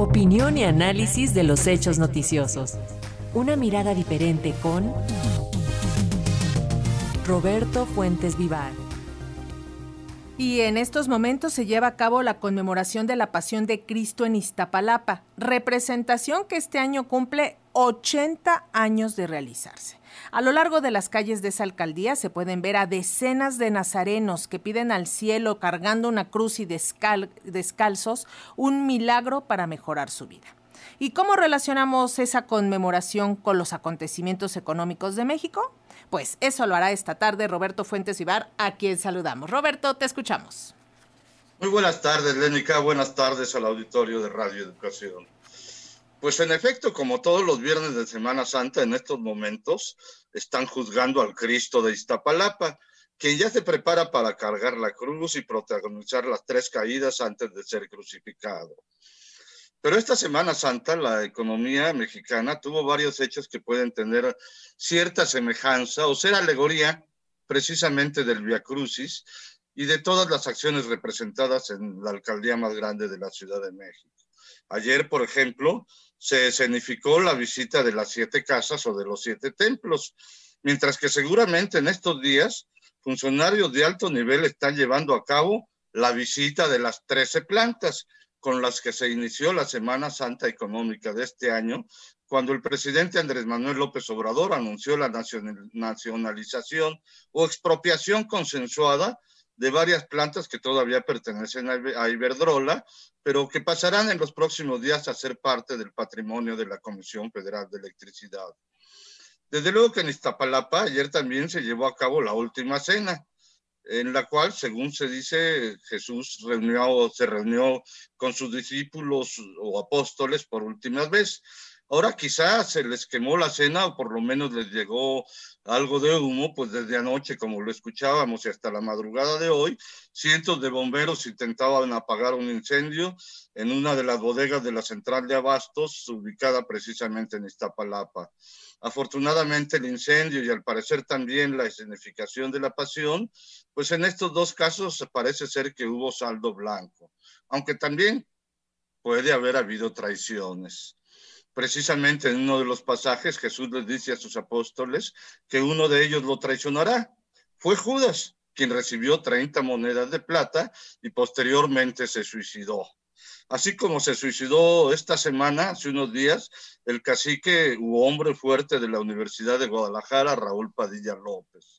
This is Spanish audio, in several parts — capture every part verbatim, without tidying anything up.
Opinión y análisis de los hechos noticiosos. Una mirada diferente con Roberto Fuentes Vivar. Y en estos momentos se lleva a cabo la conmemoración de la Pasión de Cristo en Iztapalapa, representación que este año cumple ochenta años de realizarse. A lo largo de las calles de esa alcaldía se pueden ver a decenas de nazarenos que piden al cielo, cargando una cruz y descal- descalzos, un milagro para mejorar su vida. ¿Y cómo relacionamos esa conmemoración con los acontecimientos económicos de México? Pues eso lo hará esta tarde Roberto Fuentes Vivar, a quien saludamos. Roberto, te escuchamos. Muy buenas tardes, Lénica. Buenas tardes al auditorio de Radio Educación. Pues en efecto, como todos los viernes de Semana Santa, en estos momentos están juzgando al Cristo de Iztapalapa, quien ya se prepara para cargar la cruz y protagonizar las tres caídas antes de ser crucificado. Pero esta Semana Santa la economía mexicana tuvo varios hechos que pueden tener cierta semejanza o ser alegoría precisamente del Vía Crucis y de todas las acciones representadas en la alcaldía más grande de la Ciudad de México. Ayer, por ejemplo, se escenificó la visita de las siete casas o de los siete templos, mientras que seguramente en estos días funcionarios de alto nivel están llevando a cabo la visita de las trece plantas, con las que se inició la Semana Santa Económica de este año, cuando el presidente Andrés Manuel López Obrador anunció la nacionalización o expropiación consensuada de varias plantas que todavía pertenecen a Iberdrola, pero que pasarán en los próximos días a ser parte del patrimonio de la Comisión Federal de Electricidad. Desde luego que en Iztapalapa ayer también se llevó a cabo la última cena, en la cual, según se dice, Jesús reunió, se reunió con sus discípulos o apóstoles por última vez. Ahora quizás se les quemó la cena o por lo menos les llegó algo de humo, pues desde anoche, como lo escuchábamos, y hasta la madrugada de hoy, cientos de bomberos intentaban apagar un incendio en una de las bodegas de la central de abastos, ubicada precisamente en Iztapalapa. Afortunadamente el incendio y al parecer también la escenificación de la pasión, pues en estos dos casos parece ser que hubo saldo blanco, aunque también puede haber habido traiciones. Precisamente en uno de los pasajes Jesús les dice a sus apóstoles que uno de ellos lo traicionará. Fue Judas quien recibió treinta monedas de plata y posteriormente se suicidó. Así como se suicidó esta semana, hace unos días, el cacique u hombre fuerte de la Universidad de Guadalajara, Raúl Padilla López.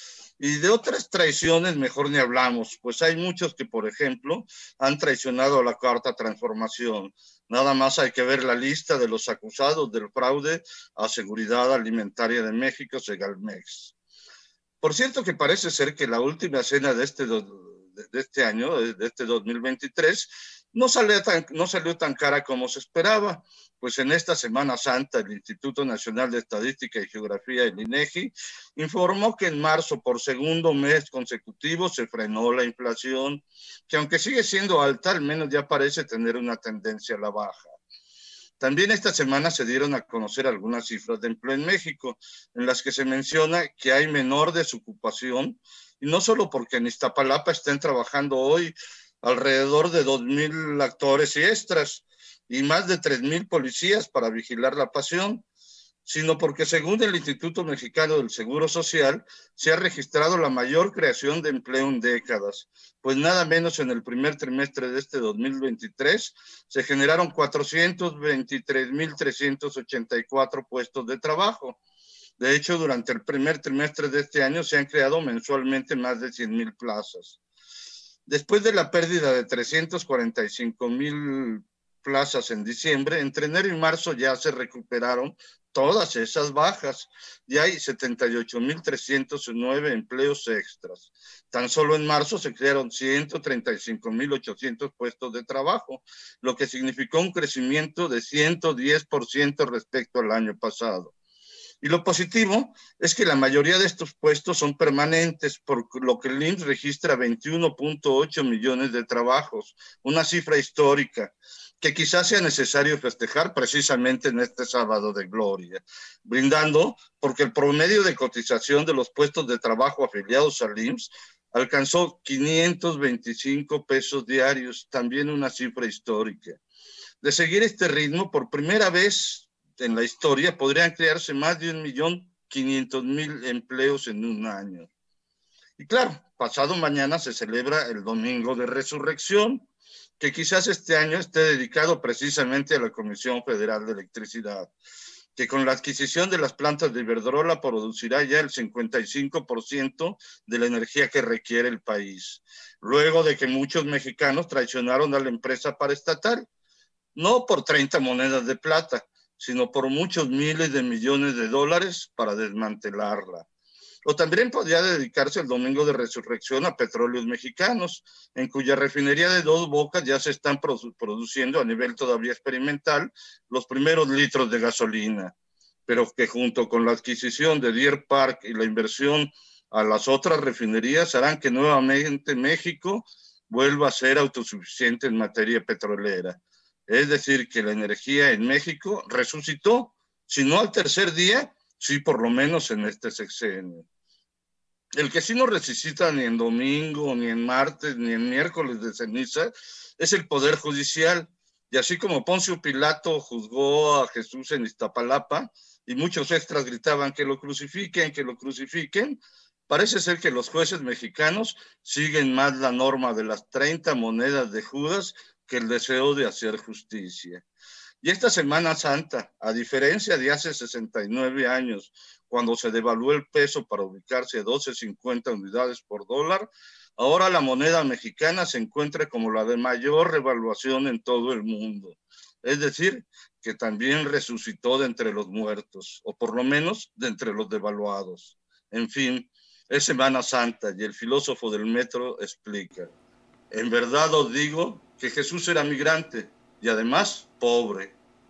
Y de otras traiciones mejor ni hablamos, pues hay muchos que, por ejemplo, han traicionado a la Cuarta Transformación. Nada más hay que ver la lista de los acusados del fraude a Seguridad Alimentaria de México, Segalmex. Por cierto que parece ser que la última cena de este, de este año, de este dos mil veintitrés, no salió, tan, no salió tan cara como se esperaba, pues en esta Semana Santa el Instituto Nacional de Estadística y Geografía, el INEGI, informó que en marzo por segundo mes consecutivo se frenó la inflación, que aunque sigue siendo alta, al menos ya parece tener una tendencia a la baja. También esta semana se dieron a conocer algunas cifras de empleo en México, en las que se menciona que hay menor desocupación, y no solo porque en Iztapalapa estén trabajando hoy alrededor de dos mil actores y extras y más de tres mil policías para vigilar la pasión, sino porque según el Instituto Mexicano del Seguro Social se ha registrado la mayor creación de empleo en décadas, pues nada menos en el primer trimestre de este dos mil veintitrés se generaron cuatrocientos veintitrés mil trescientos ochenta y cuatro puestos de trabajo. De hecho, durante el primer trimestre de este año se han creado mensualmente más de cien mil plazas. Después de la pérdida de trescientos cuarenta y cinco mil plazas en diciembre, entre enero y marzo ya se recuperaron todas esas bajas y hay setenta y ocho mil trescientos nueve empleos extras. Tan solo en marzo se crearon ciento treinta y cinco mil ochocientos puestos de trabajo, lo que significó un crecimiento de ciento diez por ciento respecto al año pasado. Y lo positivo es que la mayoría de estos puestos son permanentes, por lo que el I M S S registra veintiuno punto ocho millones de trabajos, una cifra histórica que quizás sea necesario festejar precisamente en este sábado de gloria, brindando porque el promedio de cotización de los puestos de trabajo afiliados al I M S S alcanzó quinientos veinticinco pesos diarios, también una cifra histórica. De seguir este ritmo, por primera vez en la historia podrían crearse más de un millón quinientos mil empleos en un año. Y claro, pasado mañana se celebra el Domingo de Resurrección, que quizás este año esté dedicado precisamente a la Comisión Federal de Electricidad, que con la adquisición de las plantas de Iberdrola producirá ya el cincuenta y cinco por ciento de la energía que requiere el país, luego de que muchos mexicanos traicionaron a la empresa paraestatal, no por treinta monedas de plata, sino por muchos miles de millones de dólares para desmantelarla. O también podría dedicarse el Domingo de Resurrección a Petróleos Mexicanos, en cuya refinería de Dos Bocas ya se están produ produciendo a nivel todavía experimental los primeros litros de gasolina, pero que junto con la adquisición de Deer Park y la inversión a las otras refinerías harán que nuevamente México vuelva a ser autosuficiente en materia petrolera. Es decir, que la energía en México resucitó, si no al tercer día, sí por lo menos en este sexenio. El que sí no resucita ni en domingo, ni en martes, ni en miércoles de ceniza, es el Poder Judicial. Y así como Poncio Pilato juzgó a Jesús en Iztapalapa, y muchos extras gritaban que lo crucifiquen, que lo crucifiquen, parece ser que los jueces mexicanos siguen más la norma de las treinta monedas de Judas que el deseo de hacer justicia. Y esta Semana Santa, a diferencia de hace sesenta y nueve años, cuando se devaluó el peso para ubicarse a doce cincuenta unidades por dólar, ahora la moneda mexicana se encuentra como la de mayor revaluación en todo el mundo. Es decir, que también resucitó de entre los muertos, o por lo menos de entre los devaluados. En fin, es Semana Santa y el filósofo del metro explica: en verdad os digo que Jesús era migrante y además pobre.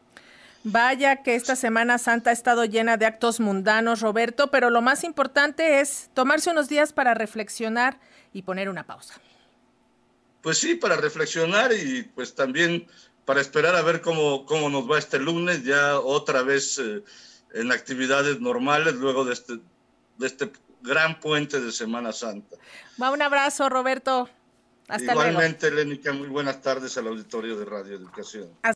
Vaya que esta Semana Santa ha estado llena de actos mundanos, Roberto, pero lo más importante es tomarse unos días para reflexionar y poner una pausa. Pues sí, para reflexionar y pues también para esperar a ver cómo, cómo nos va este lunes, ya otra vez eh, en actividades normales luego de este, de este gran puente de Semana Santa. Va, un abrazo, Roberto. Hasta Igualmente, luego. Lénica, muy buenas tardes al auditorio de Radio Educación.